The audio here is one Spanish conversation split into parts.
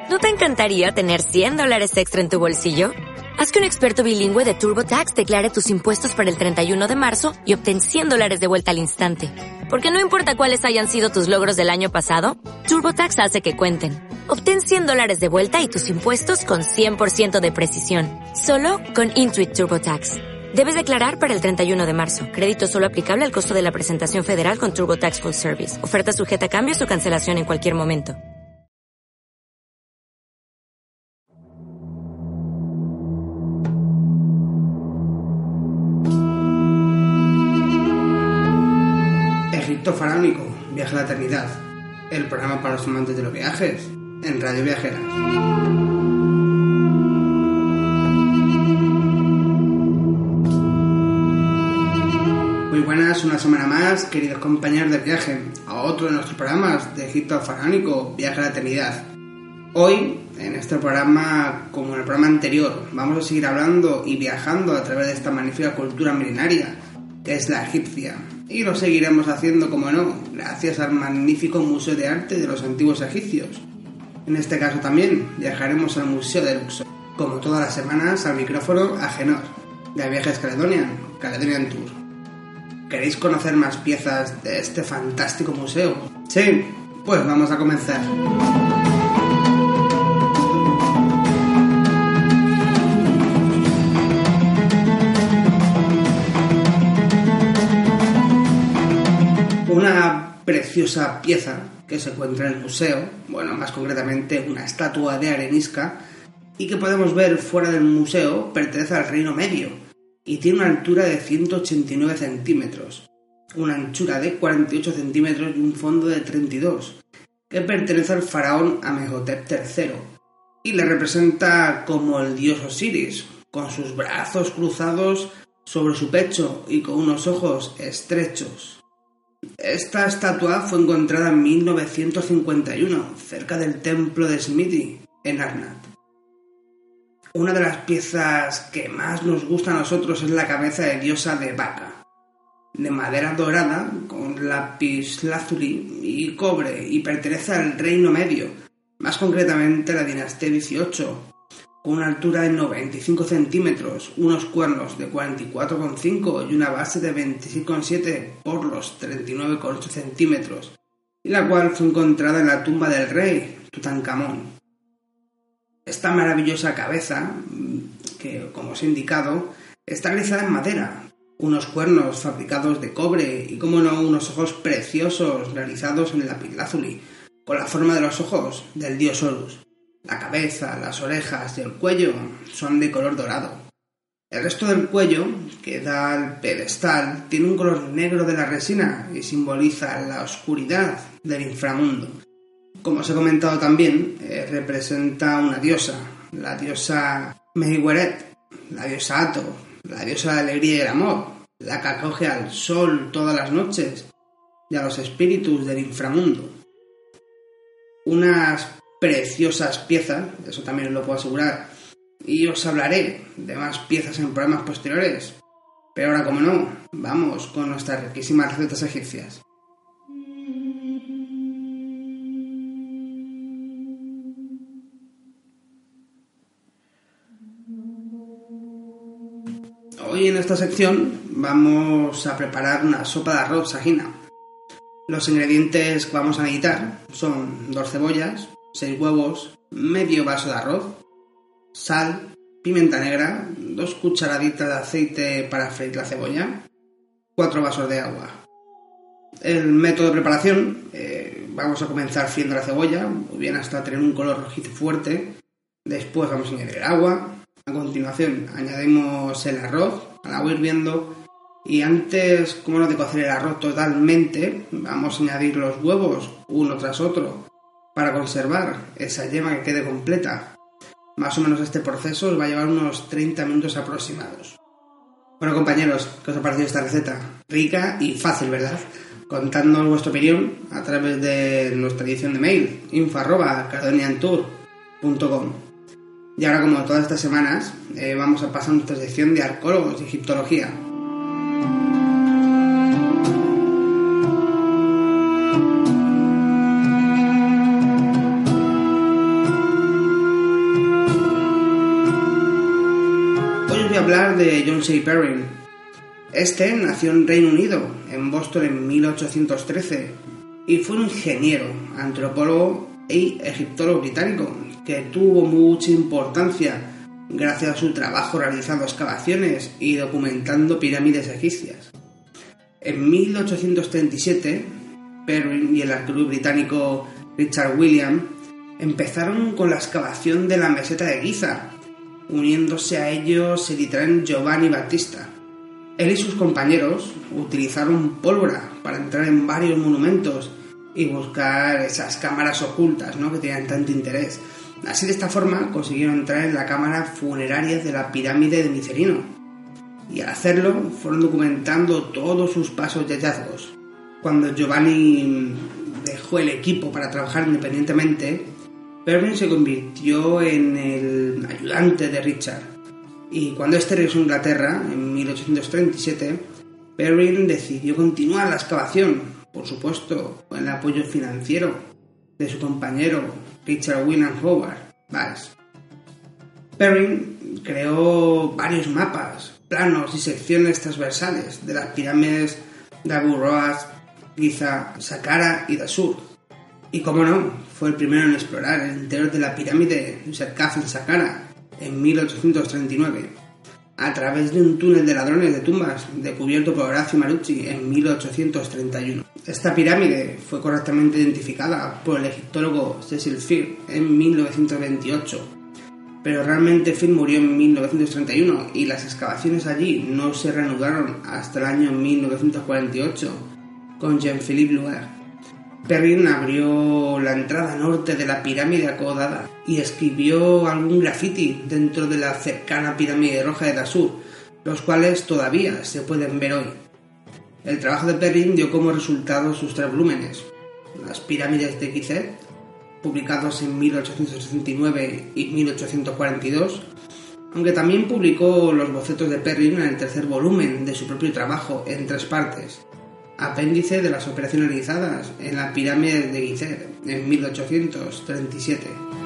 ¿No te encantaría tener $100 extra en tu bolsillo? Haz que un experto bilingüe de TurboTax declare tus impuestos para el 31 de marzo y obtén $100 de vuelta al instante. Porque no importa cuáles hayan sido tus logros del año pasado, TurboTax hace que cuenten. Obtén $100 de vuelta y tus impuestos con 100% de precisión. Solo con Intuit TurboTax. Debes declarar para el 31 de marzo. Crédito solo aplicable al costo de la presentación federal con TurboTax Full Service. Oferta sujeta a cambios o cancelación en cualquier momento. Egipto faraónico, viaje a la eternidad. El programa para los amantes de los viajes en Radio Viajera. Muy buenas, una semana más, queridos compañeros de viaje, a otro de nuestros programas de Egipto faraónico, viaje a la eternidad. Hoy, en este programa, como en el programa anterior, vamos a seguir hablando y viajando a través de esta magnífica cultura milenaria, que es la egipcia. Y lo seguiremos haciendo, como no, gracias al magnífico Museo de Arte de los Antiguos Egipcios. En este caso también viajaremos al Museo de Luxor, como todas las semanas al micrófono Agenor, de Viajes Caledonian Tour. ¿Queréis conocer más piezas de este fantástico museo? Sí, pues vamos a comenzar. Una preciosa pieza que se encuentra en el museo, bueno, más concretamente una estatua de arenisca, y que podemos ver fuera del museo, pertenece al Reino Medio y tiene una altura de 189 centímetros, una anchura de 48 centímetros y un fondo de 32, que pertenece al faraón Amenhotep III y le representa como el dios Osiris, con sus brazos cruzados sobre su pecho y con unos ojos estrechos. Esta estatua fue encontrada en 1951, cerca del templo de Smithy, en Karnak. Una de las piezas que más nos gusta a nosotros es la cabeza de diosa de Baca, de madera dorada con lapislázuli y cobre, y pertenece al Reino Medio, más concretamente a la dinastía XVIII, con una altura de 95 centímetros, unos cuernos de 44,5 y una base de 26,7 por los 39,8 centímetros, y la cual fue encontrada en la tumba del rey Tutankamón. Esta maravillosa cabeza, que como os he indicado, está realizada en madera, unos cuernos fabricados de cobre y, como no, unos ojos preciosos realizados en lapislázuli, con la forma de los ojos del dios Horus. La cabeza, las orejas y el cuello son de color dorado. El resto del cuello, que da al pedestal, tiene un color negro de la resina y simboliza la oscuridad del inframundo. Como os he comentado también, representa una diosa, la diosa Mehiweret, la diosa Hathor, la diosa de la alegría y el amor, la que acoge al sol todas las noches y a los espíritus del inframundo. Unas preciosas piezas, eso también os lo puedo asegurar, y os hablaré de más piezas en programas posteriores, pero ahora, como no, vamos con nuestras riquísimas recetas egipcias. Hoy en esta sección vamos a preparar una sopa de arroz sajina. Los ingredientes que vamos a necesitar son 2 cebollas, 6 huevos, medio vaso de arroz, sal, pimienta negra, 2 cucharaditas de aceite para freír la cebolla, 4 vasos de agua. El método de preparación, vamos a comenzar friendo la cebolla, muy bien hasta tener un color rojizo fuerte. Después vamos a añadir el agua. A continuación añadimos el arroz al agua hirviendo. Y antes, como no, de cocer el arroz totalmente, vamos a añadir los huevos uno tras otro para conservar esa yema que quede completa. Más o menos este proceso os va a llevar unos 30 minutos aproximados. Bueno, compañeros, ¿qué os ha parecido esta receta? Rica y fácil, ¿verdad? Contadnos vuestra opinión a través de nuestra edición de mail, info@caledoniantour.com. Y ahora, como todas estas semanas, vamos a pasar a nuestra sección de arqueólogos y egiptología. a hablar de John C. Perrine. Este nació en Reino Unido, en Boston en 1813, y fue un ingeniero, antropólogo y egiptólogo británico que tuvo mucha importancia gracias a su trabajo realizando excavaciones y documentando pirámides egipcias. En 1837, Perrine y el arqueólogo británico Richard Williams empezaron con la excavación de la meseta de Giza, uniéndose a ellos el italiano Giovanni Battista. Él y sus compañeros utilizaron pólvora para entrar en varios monumentos y buscar esas cámaras ocultas, ¿no?, que tenían tanto interés. Así, de esta forma, consiguieron entrar en la cámara funeraria de la pirámide de Micerino, y al hacerlo fueron documentando todos sus pasos y hallazgos. Cuando Giovanni dejó el equipo para trabajar independientemente, Perrine se convirtió en el ayudante de Richard, y cuando este regresó a Inglaterra en 1837, Perrine decidió continuar la excavación, por supuesto con el apoyo financiero de su compañero Richard William Howard Bales. Perrine creó varios mapas, planos y secciones transversales de las pirámides de Abu Roas, Giza, Saqqara y Dashur. Y como no, fue el primero en explorar el interior de la pirámide de Serkaf en Saqqara en 1839, a través de un túnel de ladrones de tumbas descubierto por Orazio Marucci en 1831. Esta pirámide fue correctamente identificada por el egiptólogo Cecil Firth en 1928, pero realmente Firth murió en 1931 y las excavaciones allí no se reanudaron hasta el año 1948 con Jean-Philippe Luer. Perrine abrió la entrada norte de la pirámide acodada y escribió algún graffiti dentro de la cercana pirámide roja de Dashur, los cuales todavía se pueden ver hoy. El trabajo de Perrine dio como resultado sus 3 volúmenes: Las pirámides de Gizeh, publicados en 1869 y 1842, aunque también publicó los bocetos de Perrine en el 3er volumen de su propio trabajo en 3 partes, apéndice de las operaciones realizadas en la pirámide de Gizeh en 1837.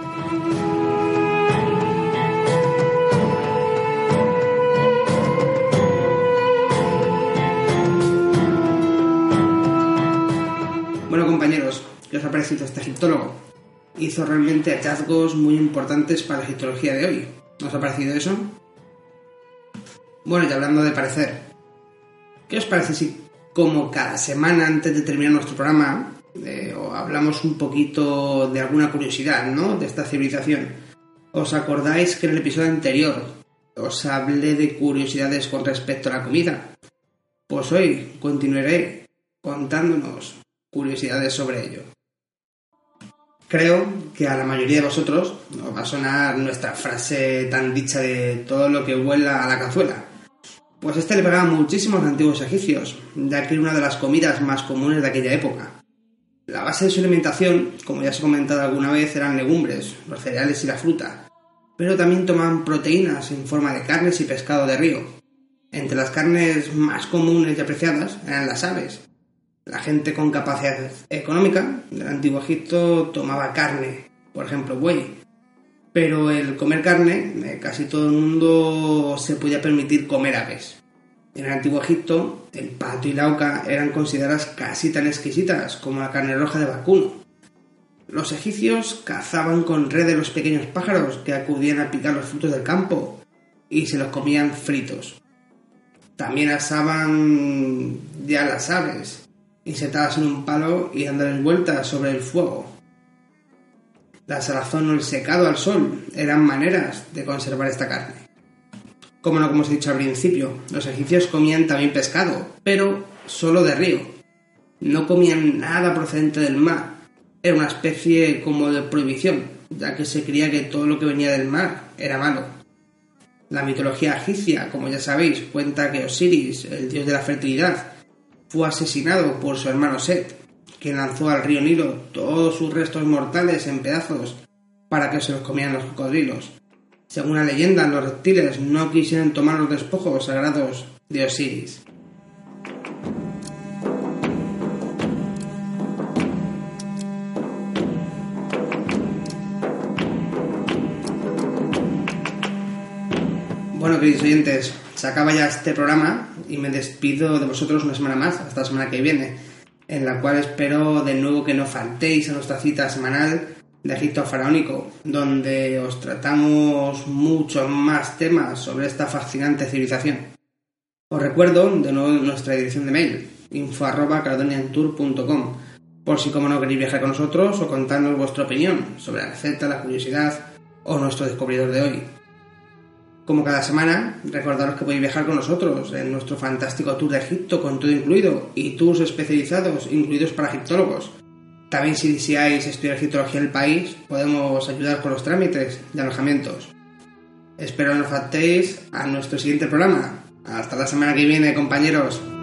Bueno, compañeros, ¿qué os ha parecido este egiptólogo? Hizo realmente hallazgos muy importantes para la egiptología de hoy. ¿No os ha parecido eso? Bueno, y hablando de parecer, ¿qué os parece si, como cada semana antes de terminar nuestro programa, hablamos un poquito de alguna curiosidad, ¿no?, de esta civilización? ¿Os acordáis que en el episodio anterior os hablé de curiosidades con respecto a la comida? Pues hoy continuaré contándonos curiosidades sobre ello. Creo que a la mayoría de vosotros os va a sonar nuestra frase tan dicha de todo lo que huela a la cazuela. Pues le pegaba muchísimo a los antiguos egipcios, ya que era una de las comidas más comunes de aquella época. La base de su alimentación, como ya os he comentado alguna vez, eran legumbres, los cereales y la fruta, pero también tomaban proteínas en forma de carnes y pescado de río. Entre las carnes más comunes y apreciadas eran las aves. La gente con capacidad económica del antiguo Egipto tomaba carne, por ejemplo buey, pero el comer carne, casi todo el mundo se podía permitir comer aves. En el antiguo Egipto, el pato y la oca eran consideradas casi tan exquisitas como la carne roja de vacuno. Los egipcios cazaban con redes los pequeños pájaros que acudían a picar los frutos del campo y se los comían fritos. También asaban ya las aves, insertadas en un palo y dándoles vueltas sobre el fuego. La salazón o el secado al sol eran maneras de conservar esta carne. Como os he dicho al principio, los egipcios comían también pescado, pero solo de río. No comían nada procedente del mar. Era una especie como de prohibición, ya que se creía que todo lo que venía del mar era malo. La mitología egipcia, como ya sabéis, cuenta que Osiris, el dios de la fertilidad, fue asesinado por su hermano Set, quien lanzó al río Nilo todos sus restos mortales en pedazos para que se los comieran los cocodrilos. Según la leyenda, los reptiles no quisieron tomar los despojos sagrados de Osiris. Bueno, queridos oyentes, se acaba ya este programa y me despido de vosotros una semana más, hasta la semana que viene, en la cual espero de nuevo que no faltéis a nuestra cita semanal de Egipto Faraónico, donde os tratamos muchos más temas sobre esta fascinante civilización. Os recuerdo de nuevo nuestra dirección de mail, info@caledoniantour.com, por si como no queréis viajar con nosotros o contarnos vuestra opinión sobre la receta, la curiosidad o nuestro descubridor de hoy. Como cada semana, recordaros que podéis viajar con nosotros en nuestro fantástico tour de Egipto con todo incluido y tours especializados incluidos para egiptólogos. También si deseáis estudiar egiptología en el país, podemos ayudar con los trámites de alojamientos. Espero no faltéis a nuestro siguiente programa. Hasta la semana que viene, compañeros.